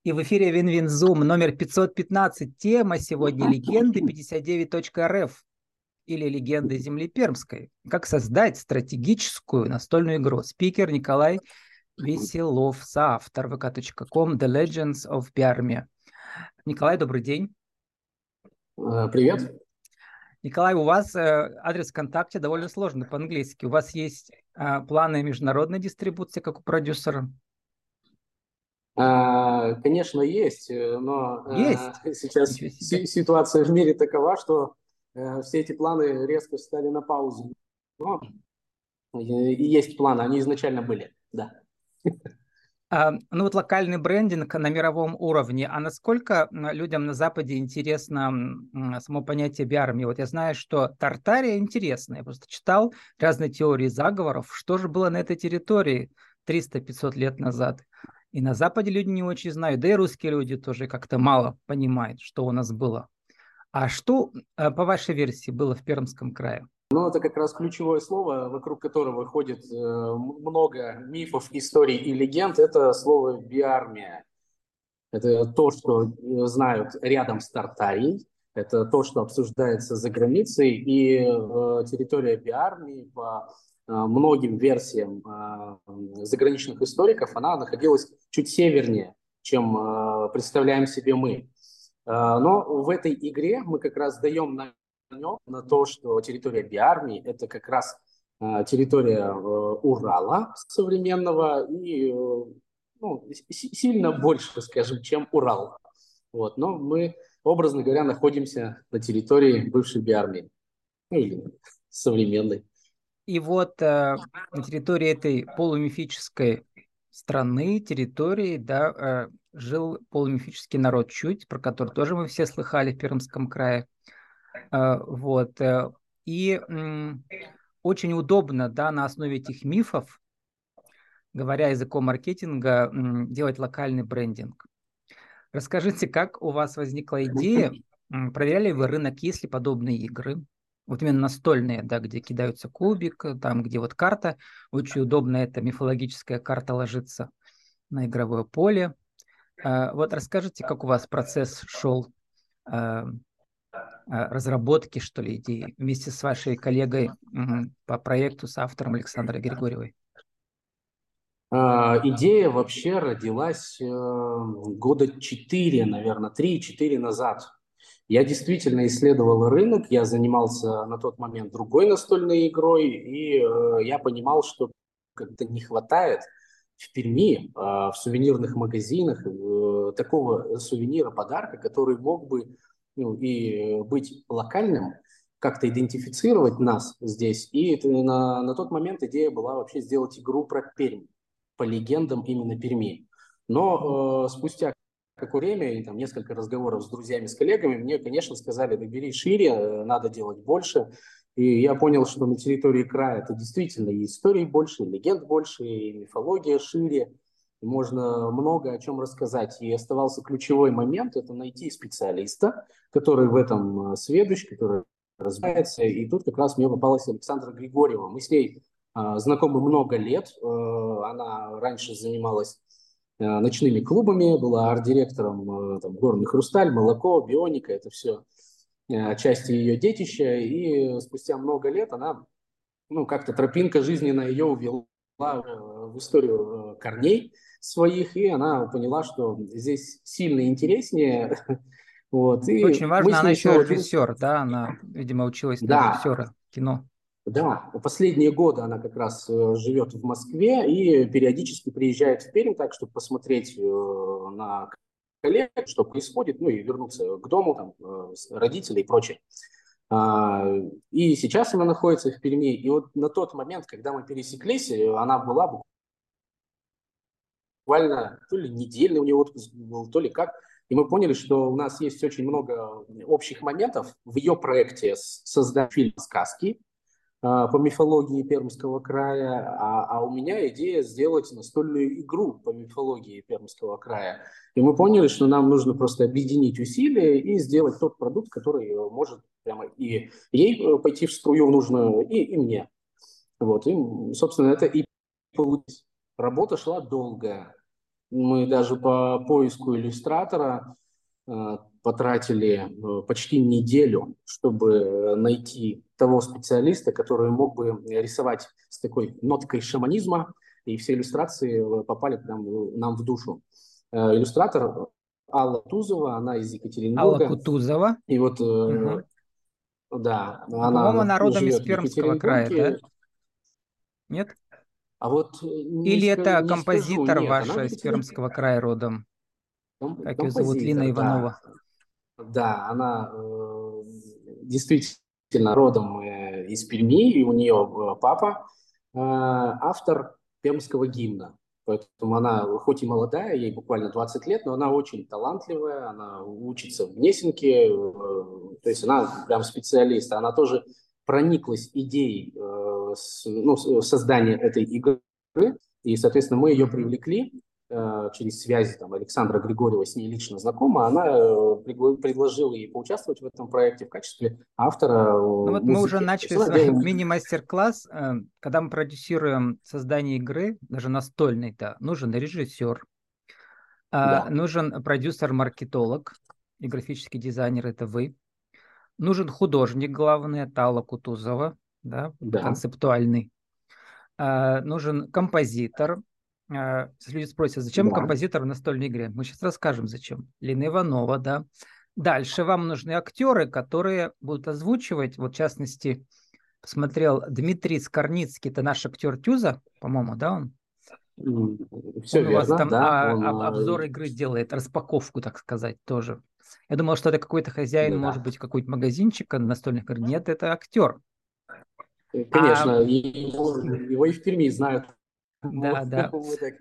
И в эфире Винвинзум номер 515. Тема сегодня легенды 59.рф или легенды земли пермской. Как создать стратегическую настольную игру. Спикер Николай Веселов, соавтор vk.com The Legends of Permia. Николай, добрый день. Привет. Николай, у вас адрес ВКонтакте довольно сложный по-английски. У вас есть планы международной дистрибуции, как у продюсера? Конечно, есть, но Есть. сейчас Ничего себе. ситуация в мире такова, что все эти планы резко встали на паузу. Но и есть планы, они изначально были, да. Ну вот локальный брендинг на мировом уровне, а насколько людям на Западе интересно само понятие биармии? Вот я знаю, что Тартария интересна, я просто читал разные теории заговоров, что же было на этой территории 300-500 лет назад. И на Западе люди не очень знают, да и русские люди тоже как-то мало понимают, что у нас было. А что, по вашей версии, было в Пермском крае? Но это как раз ключевое слово, вокруг которого ходит много мифов, историй и легенд. Это слово биармия. Это то, что знают рядом с Тартарией, это то, что обсуждается за границей, и территория Биармии по многим версиям заграничных историков, она находилась чуть севернее, чем представляем себе мы. Но в этой игре мы как раз даем намек на то, что территория Биармии – это как раз территория Урала современного и ну, сильно больше, скажем, чем Урал. Вот. Но мы, образно говоря, находимся на территории бывшей Биармии, ну или современной. И вот на территории этой полумифической страны, территории, да, жил полумифический народ Чуть, про который тоже мы все слыхали в Пермском крае. Вот. И очень удобно, да, на основе этих мифов, говоря языком маркетинга, делать локальный брендинг. Расскажите, как у вас возникла идея, проверяли вы рынок, есть ли подобные игры? Вот именно настольные, да, где кидаются кубик, там, где вот карта. Очень удобно эта мифологическая карта ложится на игровое поле. Вот расскажите, как у вас процесс шел разработки, что ли, идеи вместе с вашей коллегой по проекту, с автором Александрой Григорьевой? Идея вообще родилась года 4, наверное, 3-4 назад. Я действительно исследовал рынок, я занимался на тот момент другой настольной игрой, и я понимал, что как-то не хватает в Перми, в сувенирных магазинах, такого сувенира, подарка, который мог бы ну, и быть локальным, как-то идентифицировать нас здесь. И на тот момент идея была вообще сделать игру про Пермь, по легендам именно Перми. Но спустя какое время, и там несколько разговоров с друзьями, с коллегами, мне, конечно, сказали, да бери шире, надо делать больше. И я понял, что на территории края это действительно и историй больше, и легенд больше, и мифология шире. И можно много о чем рассказать. И оставался ключевой момент – это найти специалиста, который в этом сведущ, который разбирается. И тут как раз мне попалась Александра Григорьева. Мы с ней знакомы много лет. Она раньше занималась ночными клубами, была арт-директором там, «Горный хрусталь», «Молоко», «Бионика». Это все части ее детища. И спустя много лет она, ну, как-то тропинка жизненная ее увела в историю корней своих, и она поняла, что здесь сильно интереснее. Вот. Что очень И мы важно, с она ней еще снова дружим. режиссер, да, она, видимо, училась на Да, режиссера кино. да, последние годы она как раз живет в Москве и периодически приезжает в Пермь, так, чтобы посмотреть на коллег, что происходит, ну и вернуться к дому, там, родителей и прочее. А, и сейчас она находится в Перми. И вот на тот момент, когда мы пересеклись, она была буквально то ли недельный у нее отпуск был, то ли как. И мы поняли, что у нас есть очень много общих моментов в ее проекте создать фильм «Сказки», по мифологии Пермского края, а у меня идея сделать настольную игру по мифологии Пермского края. И мы поняли, что нам нужно просто объединить усилия и сделать тот продукт, который может прямо и ей пойти в струю нужную, и мне. Вот, и, собственно, это и получилось. Работа шла долгая. Мы даже по поиску иллюстратора потратили почти неделю, чтобы найти того специалиста, который мог бы рисовать с такой ноткой шаманизма, и все иллюстрации попали нам в душу. Иллюстратор Алла Тузова, она из Алла Екатеринбурга, Кутузова. и вот, Мгм. да, Ну, по-моему, она народом из живет в Пермского края, Екатеринбурге, да? Нет? а вот Или это не скажу, композитор нет, она в ваша из Екатеринбурге, Пермского края родом? Как ее зовут? Лина композитор, да. Иванова. Да, она действительно родом из Перми, и у нее папа автор пермского гимна. Поэтому она, хоть и молодая, ей буквально 20 лет, но она очень талантливая, она учится в Гнесинке, то есть она прям специалист. Она тоже прониклась идеей создания этой игры, и, соответственно, мы ее Мгм. привлекли через связи там, Александра Григорьева, с ней лично знакома, она предложила ей поучаствовать в этом проекте в качестве автора Ну вот мы уже музыки. То есть начали она с вами делала... мини-мастер-класс. Когда мы продюсируем создание игры, даже настольной, да, нужен режиссер, Да, нужен продюсер-маркетолог и графический дизайнер, это вы. Нужен художник главный, это Алла Кутузова, да, да, концептуальный. Нужен композитор. Если люди спросят, зачем да. композитор в настольной игре? Мы сейчас расскажем, зачем. Лина Иванова, да. Дальше вам нужны актеры, которые будут озвучивать, вот в частности, посмотрел Дмитрий Скорницкий, это наш актер Тюза, по-моему, да, он? Все Он у вас верно, там да, обзор игры делает, распаковку, так сказать, тоже. Я думал, что это какой-то хозяин, может да. быть, какой-то магазинчика настольных игр. Нет, это актер. А, Конечно, его и в Перми знают. да, да. Мы так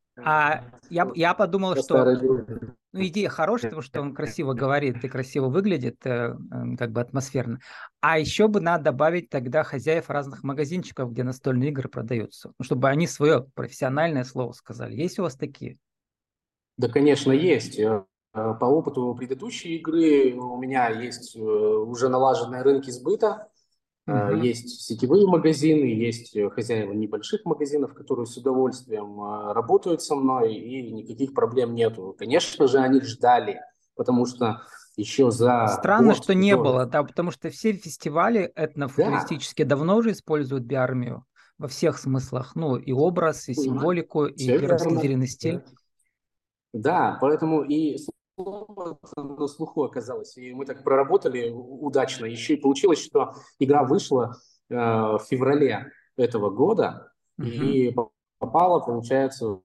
Я подумал, по что старой дружбе. ну, идея хорошая, потому что он красиво говорит и красиво выглядит, как бы атмосферно. А еще бы надо добавить тогда хозяев разных магазинчиков, где настольные игры продаются, ну, чтобы они свое профессиональное слово сказали. Есть у вас такие? Да, конечно, есть. По опыту предыдущей игры у меня есть уже налаженные рынки сбыта. Мгм. Есть сетевые магазины, есть хозяева небольших магазинов, которые с удовольствием работают со мной, и никаких проблем нету. Конечно же, они ждали, потому что еще за Странно, год что не до... было, да, потому что все фестивали Да, этнофутуристические давно уже используют биармию во всех смыслах, ну, и образ, и символику, и все пермский верно. звериный стиль. Да, поэтому и слово на слуху оказалось, и мы так проработали удачно. Еще и получилось, что игра вышла в феврале этого года Мгм. и попала, получается,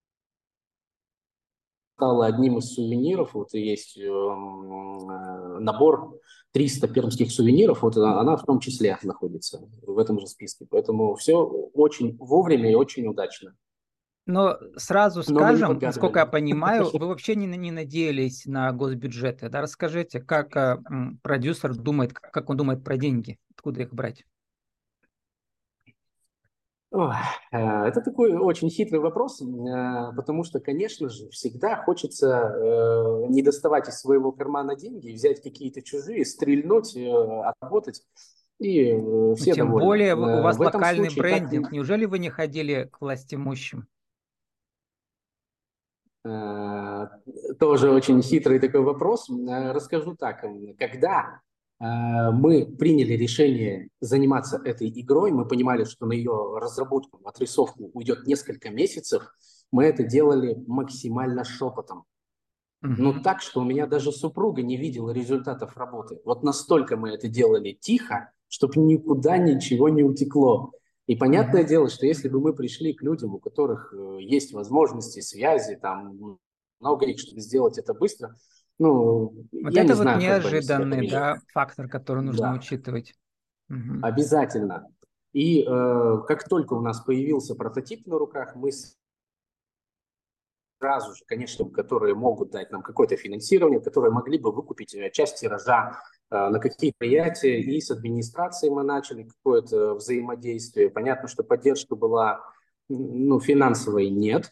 стала одним из сувениров. Вот и есть набор 300 пермских сувениров, вот она в том числе находится в этом же списке. Поэтому все очень вовремя и очень удачно. Но сразу Но мы не скажем, насколько я подгадывали. понимаю, вы вообще не надеялись на госбюджеты. Да? Расскажите, как продюсер думает, как он думает про деньги, откуда их брать? Ой, это такой очень хитрый вопрос, потому что, конечно же, всегда хочется не доставать из своего кармана деньги, взять какие-то чужие, стрельнуть, отработать, и Ну, все тем довольны. более у вас В этом локальный случае так брендинг. Неужели вы не ходили к властимущим? Э, тоже очень хитрый такой вопрос. Расскажу так. Когда мы приняли решение заниматься этой игрой, мы понимали, что на ее разработку, отрисовку уйдет несколько месяцев, мы это делали максимально шепотом. Но Мгм. так, что у меня даже супруга не видела результатов работы. Вот настолько мы это делали тихо, чтобы никуда ничего не утекло. И понятное Мгм. дело, что если бы мы пришли к людям, у которых есть возможности, связи, там много их, чтобы сделать это быстро, ну, Вот я не это вот знаю, как бы они себя неожиданный, повели. да, фактор, который нужно Да, учитывать. Мгм. обязательно. И как только у нас появился прототип на руках, мы сразу же, конечно, которые могут дать нам какое-то финансирование, которые могли бы выкупить часть тиража на какие-то мероприятия, и с администрацией мы начали какое-то взаимодействие. Понятно, что поддержка была, ну, финансовой нет,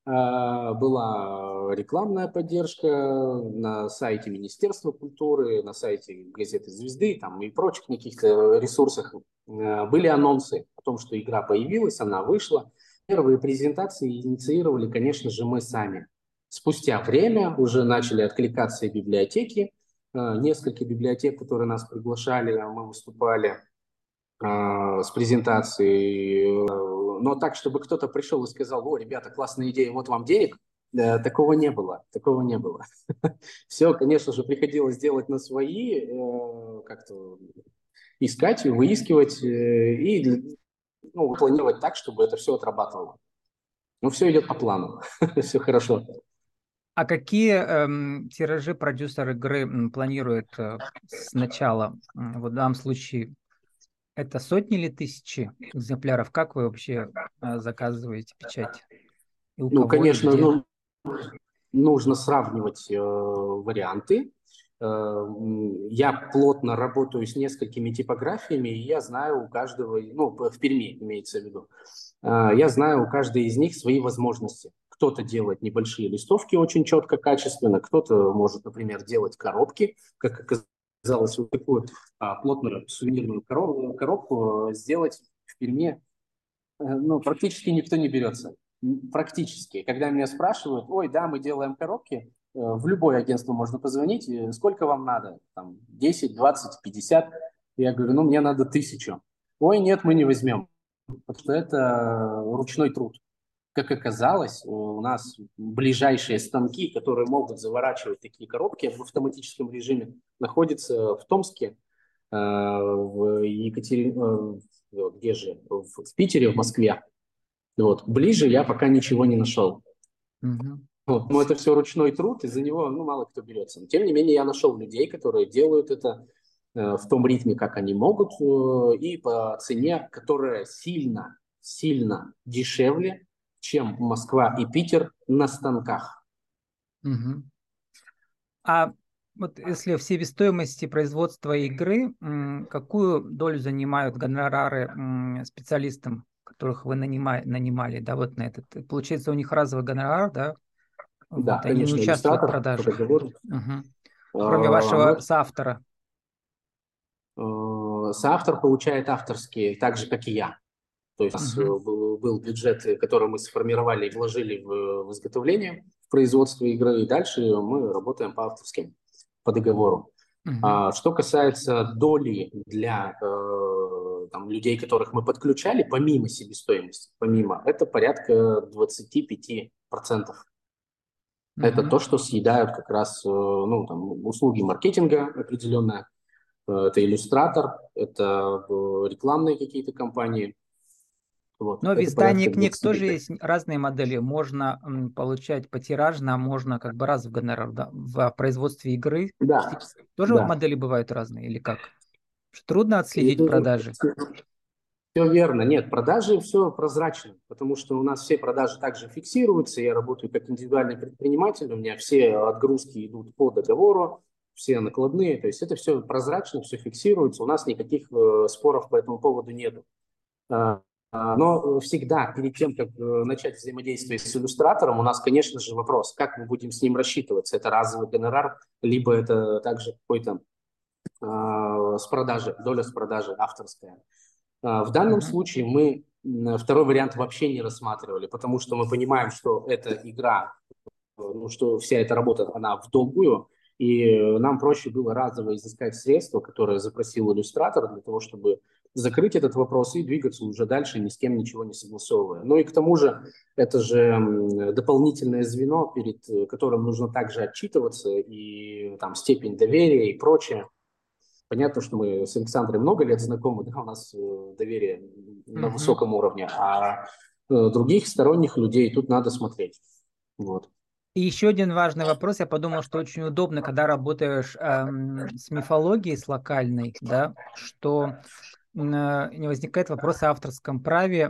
была рекламная поддержка на сайте Министерства культуры, на сайте газеты «Звезды» там, и прочих каких-то ресурсах. Были анонсы о том, что игра появилась, она вышла. первые презентации инициировали, конечно же, мы сами. Спустя время уже начали откликаться и библиотеки. Несколько библиотек, которые нас приглашали, мы выступали с презентацией. Но так, чтобы кто-то пришел и сказал: о, ребята, классная идея, вот вам денег, такого не было, такого не было. Все, конечно же, приходилось делать на свои, как-то искать, выискивать и планировать так, чтобы это все отрабатывало. Ну, все идет по плану, все хорошо. А какие тиражи продюсер игры планирует сначала? Вот в данном случае это сотни или тысячи экземпляров? Как вы вообще заказываете печать? И у Ну, кого и конечно, где? нужно сравнивать варианты. Я плотно работаю с несколькими типографиями, и я знаю у каждого, ну, в Перми имеется в виду, я знаю у каждой из них свои возможности. Кто-то делает небольшие листовки очень четко, качественно, кто-то может, например, делать коробки, как оказалось, вот такую плотную сувенирную коробку сделать в Перми, ну, практически никто не берется. Практически. Когда меня спрашивают: ой, да, мы делаем коробки, в любое агентство можно позвонить, сколько вам надо? Там 10, 20, 50. Я говорю: ну, мне надо 1000. Ой, нет, мы не возьмем, потому что это ручной труд. Как оказалось, у нас ближайшие станки, которые могут заворачивать такие коробки в автоматическом режиме, находятся в Томске, в где же, в Питере, в Москве. Вот. Ближе я пока ничего не нашел. Мгм. Вот. Но это все ручной труд, из-за него мало кто берется. Но, тем не менее, я нашел людей, которые делают это в том ритме, как они могут, и по цене, которая сильно, сильно дешевле, чем Москва и Питер на станках. Мгм. А вот если в себестоимости производства игры, какую долю занимают гонорары специалистам, которых вы нанимали, да, вот на этот? Получается, у них разовый гонорар, да? Да, Вот, они не конечно, участвуют в иллюстратор по продажах. договору. Мгм. Кроме Ну, вашего соавтора. соавтор получает авторские, так же, как и я. То есть у нас Мгм. был бюджет, который мы сформировали и вложили в изготовление, в производство игры, и дальше мы работаем по авторским, по договору. Мгм. Что касается доли для там, людей, которых мы подключали, помимо себестоимости, помимо, это порядка 25%. Это Мгм. то, что съедают как раз ну, там, услуги маркетинга определенные, это иллюстратор, это рекламные какие-то компании. Вот, Но в это издании порядка книг тоже 25. есть разные модели. Можно получать потиражно, а можно как бы раз в гонорар. Да? В производстве игры Да, тоже да. модели бывают разные или как? Трудно отследить Все продажи. верно. Нет, продажи все прозрачно, потому что у нас все продажи также фиксируются. Я работаю как индивидуальный предприниматель, у меня все отгрузки идут по договору, все накладные, то есть это все прозрачно, все фиксируется, у нас никаких споров по этому поводу нет. Но всегда перед тем, как начать взаимодействие с иллюстратором, у нас, конечно же, вопрос, как мы будем с ним рассчитываться. Это разовый гонорар, либо это также какой-то с продажи, доля с продажи авторская. В данном Мгм. случае мы второй вариант вообще не рассматривали, потому что мы понимаем, что эта игра, ну, что вся эта работа, она в долгую, и нам проще было разово изыскать средства, которые запросил иллюстратор, для того, чтобы закрыть этот вопрос и двигаться уже дальше, ни с кем ничего не согласовывая. Ну и к тому же, это же дополнительное звено, перед которым нужно также отчитываться, и там степень доверия и прочее. Понятно, что мы с Александром много лет знакомы, да, у нас доверие на Мгм. высоком уровне, а других сторонних людей тут надо смотреть. Вот. И еще один важный вопрос. Я подумал, что очень удобно, когда работаешь с мифологией, с локальной, да, что не возникает вопрос о авторском праве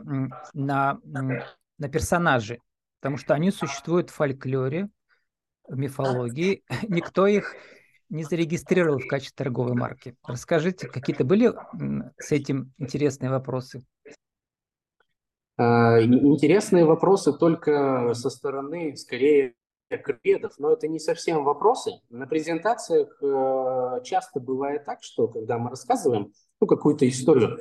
на персонажей, потому что они существуют в фольклоре, в мифологии. Никто их не зарегистрировал в качестве торговой марки. Расскажите, какие-то были с этим интересные вопросы? Интересные вопросы только со стороны, скорее, кредов, но это не совсем вопросы. На презентациях часто бывает так, что когда мы рассказываем ну, какую-то историю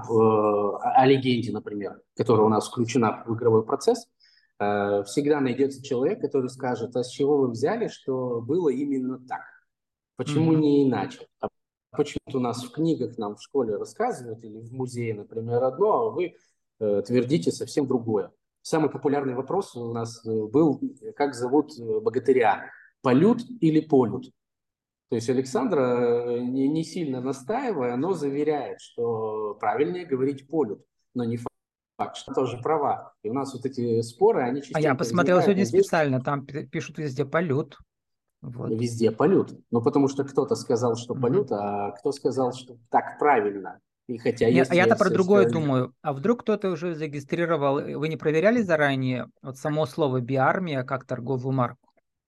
о легенде, например, которая у нас включена в игровой процесс, всегда найдется человек, который скажет, а с чего вы взяли, что было именно так? Почему Мгм. не иначе? А почему-то у нас в книгах нам в школе рассказывают, или в музее, например, одно, а вы твердите совсем другое. Самый популярный вопрос у нас был, как зовут богатыря, Полют или Полют? То есть Александра, не сильно настаивая, но заверяет, что правильнее говорить Полют, но не факт, что тоже права. И у нас вот эти споры, они А я частенько посмотрел возникают, сегодня но здесь специально, там пишут везде полет. Вот. везде полют. Ну, потому что кто-то сказал, что Мгм. полют, а кто сказал, что так правильно. И хотя Нет, а есть я-то про версия, другое что думаю. А вдруг кто-то уже зарегистрировал, вы не проверяли заранее вот само слово биармия как торговую марку?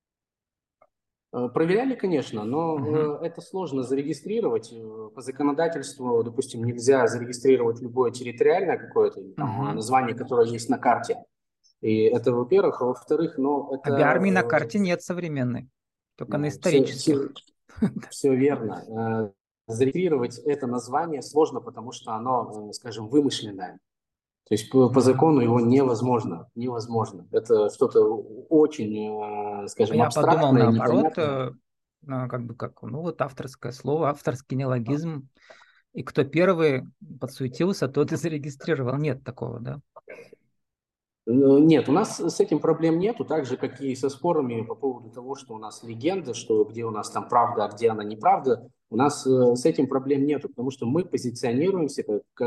проверяли, конечно, Мгм. но это сложно зарегистрировать. По законодательству, допустим, нельзя зарегистрировать любое территориальное какое-то там Мгм. название, которое есть на карте. И это, во-первых. А во-вторых, ну, А биармии на это карте нет современной, только на все, все, исторических. все верно. Зарегистрировать это название сложно, потому что оно, скажем, вымышленное. То есть по Мгм. закону его невозможно, невозможно. Это что-то очень, А скажем, я подумал абстрактное, наоборот, непонятное. как бы как, ну вот авторское слово, авторский неологизм. И кто первый подсуетился, тот и зарегистрировал. Нет такого, да? Нет, у нас с этим проблем нету, так же, как и со спорами по поводу того, что у нас легенда, что где у нас там правда, а где она неправда. У нас с этим проблем нету, потому что мы позиционируемся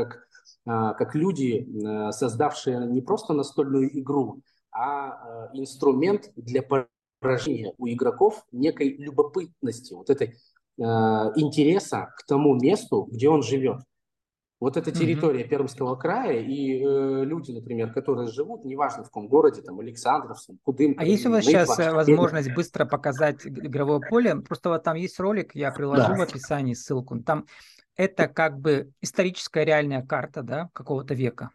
как люди, создавшие не просто настольную игру, а инструмент для поражения у игроков некой любопытности, вот этой интереса к тому месту, где он живет. Вот эта Мгм. территория Пермского края и люди, например, которые живут, неважно в каком городе, там, Александровском, А Кудымкар, есть у вас сейчас Нытва. возможность быстро показать игровое поле? Просто вот там есть ролик, я приложу Да. в описании ссылку. Там это как бы историческая реальная карта, да, какого-то века.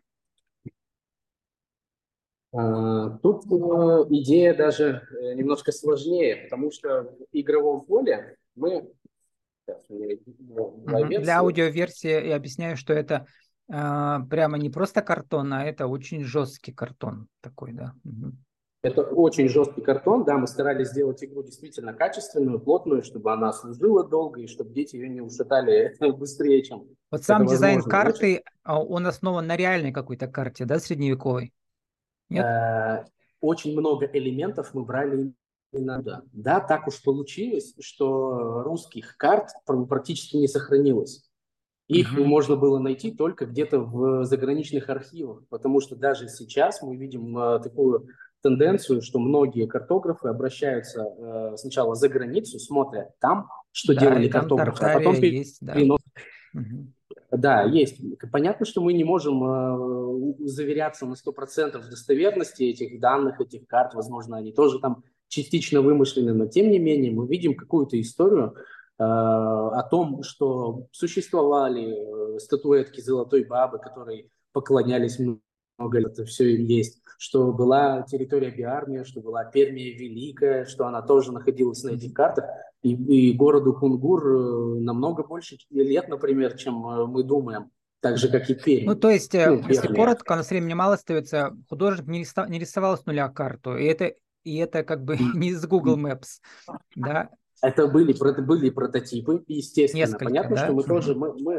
Тут идея даже немножко сложнее, потому что в игровом поле мы... Сейчас, у меня два Мгм. Для версии. аудиоверсии я объясняю, что это прямо не просто картон, а это очень жесткий картон такой, да. Мгм. Это очень жесткий картон, да, мы старались сделать игру действительно качественную, плотную, чтобы она служила долго и чтобы дети ее не ушатали быстрее, чем Вот это сам дизайн возможно. Значит, карты, он основан на реальной какой-то карте, да, средневековой? Нет? э, очень много элементов мы брали именно оттуда. Да, так уж получилось, что русских карт практически не сохранилось. Их Мгм. можно было найти только где-то в заграничных архивах, потому что даже сейчас мы видим такую тенденцию, что многие картографы обращаются сначала за границу, смотрят там, что Да, и делали там картографы, а потом Тартария есть, да. Мгм. да, есть. Понятно, что мы не можем заверяться на 100% достоверности этих данных, этих карт. Возможно, они тоже там частично вымышлены, но тем не менее мы видим какую-то историю о том, что существовали статуэтки Золотой Бабы, которые поклонялись много лет, это все есть, что была территория Биармия, что была Пермия Великая, что она тоже находилась на этих Мгм. картах. И городу Кунгур намного больше лет, например, чем мы думаем, так же, Мгм. как и Ну, Пермь, то есть, ну, если Пермия. коротко, у нас времени мало остается, художник не рисовал с нуля карту, и это как бы не из Google Maps, да, Это были прототипы, естественно. несколько, Понятно, что да. мы тоже Мгм.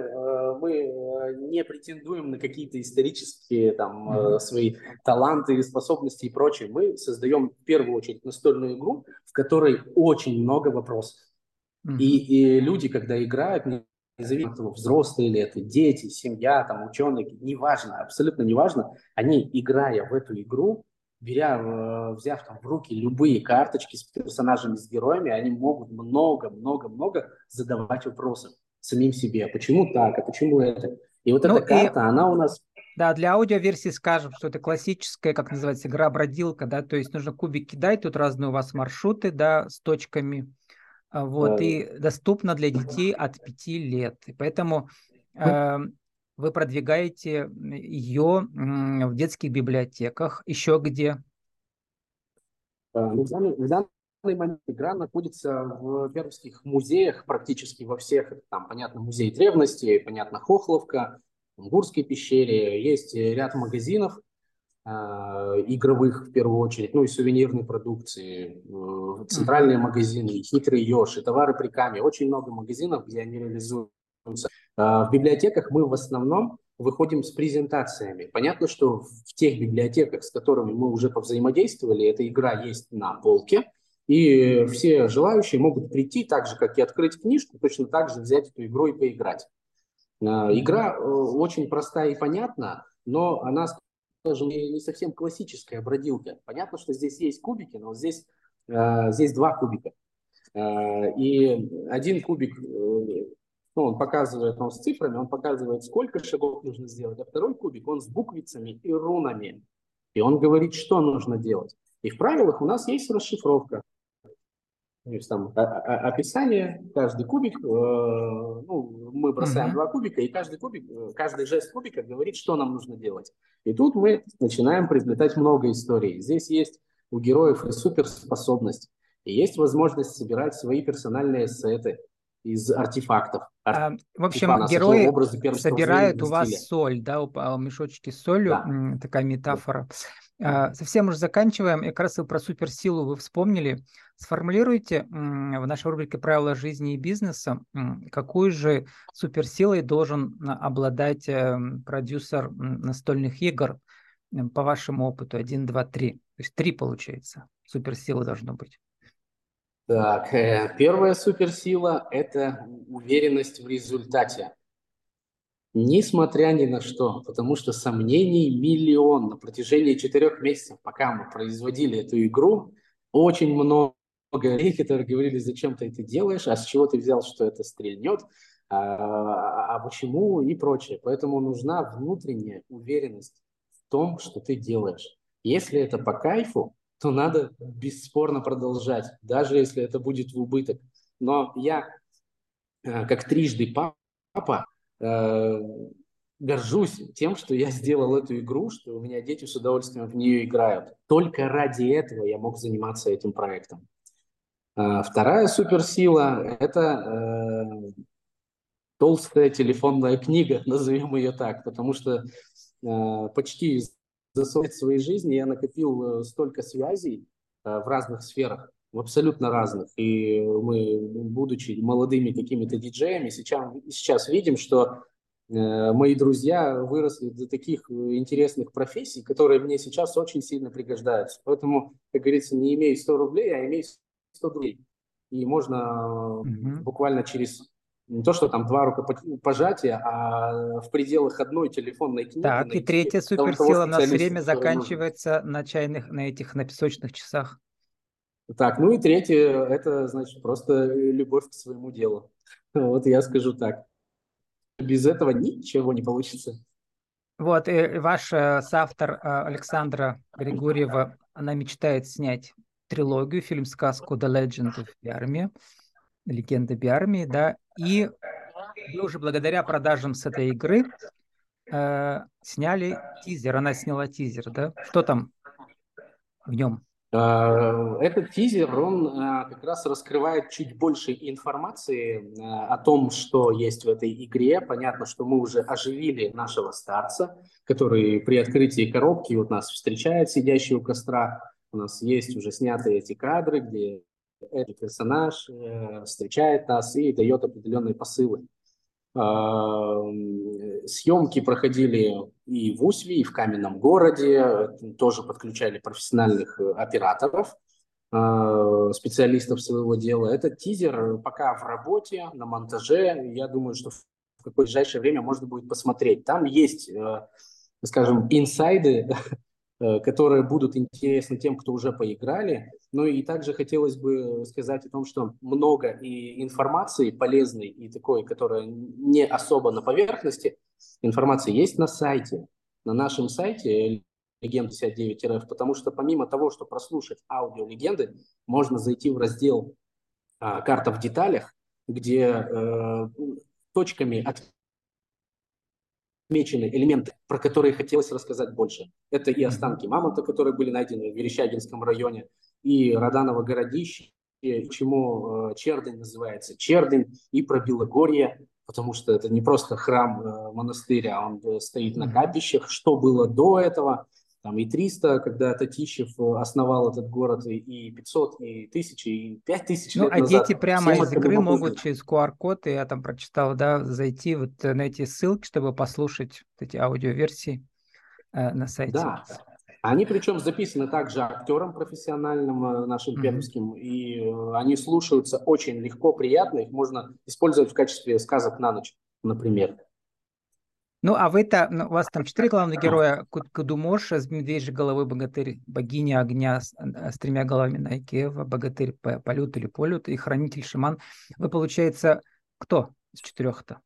не претендуем на какие-то исторические там Мгм. свои таланты, способности и прочее. Мы создаем в первую очередь настольную игру, в которой очень много вопросов. И, Мгм. и люди, когда играют, независимо от того, взрослые ли это, дети, семья, там, ученые, неважно, абсолютно неважно, они, играя в эту игру, взяв там в руки любые карточки с персонажами, с героями, они могут много-много-много задавать вопросов самим себе. А почему так? А почему это? И вот Ну, эта и карта, она у нас... да, для аудиоверсии скажем, что это классическая, как называется, игра-бродилка, да, то есть нужно кубик кидать, тут разные у вас маршруты, да, с точками, вот, э, и доступно для детей от 5 лет. И поэтому э, вы продвигаете ее в детских библиотеках, еще где. в данный момент игра находится в пермских музеях, практически во всех. Там, понятно, музей древности, понятно, Хохловка, в Гурской пещере. Есть ряд магазинов, игровых в первую очередь, ну и сувенирной продукции, центральные магазины, хитрый еж и товары при каме. Очень много магазинов, где они реализуются. В библиотеках мы в основном выходим с презентациями. Понятно, что в тех библиотеках, с которыми мы уже повзаимодействовали, эта игра есть на полке, и все желающие могут прийти, так же, как и открыть книжку, точно так же взять эту игру и поиграть. Игра очень простая и понятна, но она, скажем, не совсем классическая бродилка. Понятно, что здесь есть кубики, но здесь два кубика. И один кубик, ну, он показывает, он с цифрами, он показывает, сколько шагов нужно сделать, а второй кубик, он с буквицами и рунами. И он говорит, что нужно делать. И в правилах у нас есть расшифровка. То есть там описание, каждый кубик, ну, мы бросаем два кубика, и каждый кубик, каждый жест кубика говорит, что нам нужно делать. И тут мы начинаем приобретать много историй. Здесь есть у героев и суперспособность, и есть возможность собирать свои персональные сеты из артефактов. В У общем, нас герои образы пермского собирают звериного у вас стиля. соль, да, мешочки с солью, Да. такая метафора. Совсем уже заканчиваем. И как раз и про суперсилу вы вспомнили. Сформулируйте в нашей рубрике «Правила жизни и бизнеса», какой же суперсилой должен обладать продюсер настольных игр по вашему опыту. 1, 2, 3. То есть 3 получается. Суперсилы должно быть. Так, первая суперсила – это уверенность в результате. Несмотря ни на что, потому что сомнений миллион. На протяжении 4 месяцев, пока мы производили эту игру, очень много людей, которые говорили, зачем ты это делаешь, а с чего ты взял, что это стрельнет, а почему и прочее. Поэтому нужна внутренняя уверенность в том, что ты делаешь. Если это по кайфу, то надо бесспорно продолжать, даже если это будет в убыток. Но я, как трижды папа, горжусь тем, что я сделал эту игру, что у меня дети с удовольствием в нее играют. Только ради этого я мог заниматься этим проектом. Вторая суперсила – это толстая телефонная книга, назовем ее так, потому что почти за своей жизни я накопил столько связей в разных сферах, в абсолютно разных. И мы, будучи молодыми какими-то диджеями, сейчас видим, что мои друзья выросли до таких интересных профессий, которые мне сейчас очень сильно пригождаются. Поэтому, как говорится, не имею 100 рублей, а имею 100 рублей. И можно буквально через не то, что там 2 рукопожатия, а в пределах одной телефонной книги Так, и найти третья того суперсила. У нас специалиста, время который нужен. заканчивается на песочных часах. Так, ну и третье, это, значит, просто любовь к своему делу. Вот я скажу так. Без этого ничего не получится. Вот, и ваш соавтор Александра Григорьева, она мечтает снять трилогию, фильм-сказку «The Legend of Biarmia», «Легенда Биармии», да, и вы уже благодаря продажам с этой игры сняли тизер, она сняла тизер, да? Что там в нем? Этот тизер, он как раз раскрывает чуть больше информации о том, что есть в этой игре. Понятно, что мы уже оживили нашего старца, который при открытии коробки вот нас встречает, сидящий у костра. У нас есть уже снятые эти кадры, где этот персонаж встречает нас и дает определенные посылы. Съемки проходили и в Усве, и в Каменном городе, тоже подключали профессиональных операторов, специалистов своего дела. Этот тизер пока в работе, на монтаже. Я думаю, что в какое-то ближайшее время можно будет посмотреть. Там есть, скажем, инсайды, которые будут интересны тем, кто уже поиграли. Ну и также хотелось бы сказать о том, что много и информации полезной и такой, которая не особо на поверхности, информации есть на сайте, на нашем сайте Легенда 59 РФ, потому что помимо того, что прослушать аудиолегенды, можно зайти в раздел «Карта в деталях», где точками отмечены элементы, про которые хотелось рассказать больше. Это и останки мамонта, которые были найдены в Верещагинском районе, и Роданово городище, почему Чердынь называется Чердынь, и про Белогорье, потому что это не просто храм, монастырь, а он стоит на Мгм. капищах. Что было до этого? Там и 300, когда Татищев основал этот город, и 500, и 1000, и 5000 Ну, лет а дети назад. прямо Всем из это игры было могут известно. через QR-код, и я там прочитал, да, зайти вот на эти ссылки, чтобы послушать вот эти аудиоверсии на сайте. Да. Они причем записаны также актером профессиональным нашим Мгм. пермским, и они слушаются очень легко, приятно. Их можно использовать в качестве сказок на ночь, например. Ну, а вы-то, ну, у вас там 4 главных героя: Кудумош с медвежьей головой, богатырь, богиня огня с 3 головами Найкева, богатырь Полют или Полют и хранитель Шиман. Вы, получается, кто из 4-то?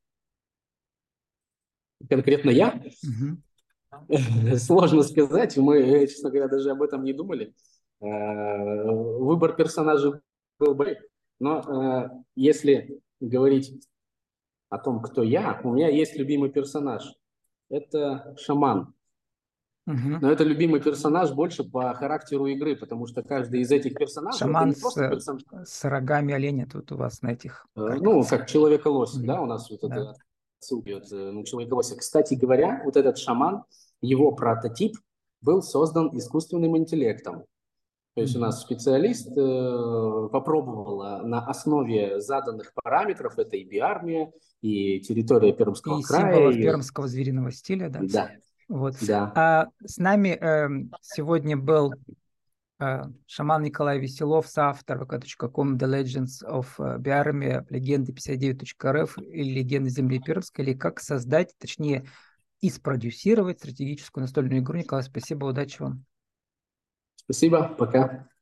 Конкретно я? Мгм. Сложно сказать. Мы, честно говоря, даже об этом не думали. Выбор персонажей был бы. Но если говорить о том, кто я, у меня есть любимый персонаж. Это шаман. Мгм. Но это любимый персонаж больше по характеру игры, потому что каждый из этих персонажей это Шаман не просто персонаж, с рогами оленя тут у вас на этих ну, картинках. как Человека-лось, да, Мгм. у нас вот Да. это отсылка идет на Человека-лося. Кстати говоря, вот этот шаман, его прототип был создан искусственным интеллектом. То есть у Мгм. нас специалист попробовал на основе заданных параметров, это и биармия, и территория Пермского И края, символов и... пермского звериного стиля, да. Да, Вот. да. А с нами сегодня был шаман Николай Веселов, соавтор vk.com The Legends of Biarmia, легенды 59.rf или легенды Земли Пермской, или как создать, точнее, и спродюсировать стратегическую настольную игру. Николай, спасибо, удачи вам. Спасибо, пока.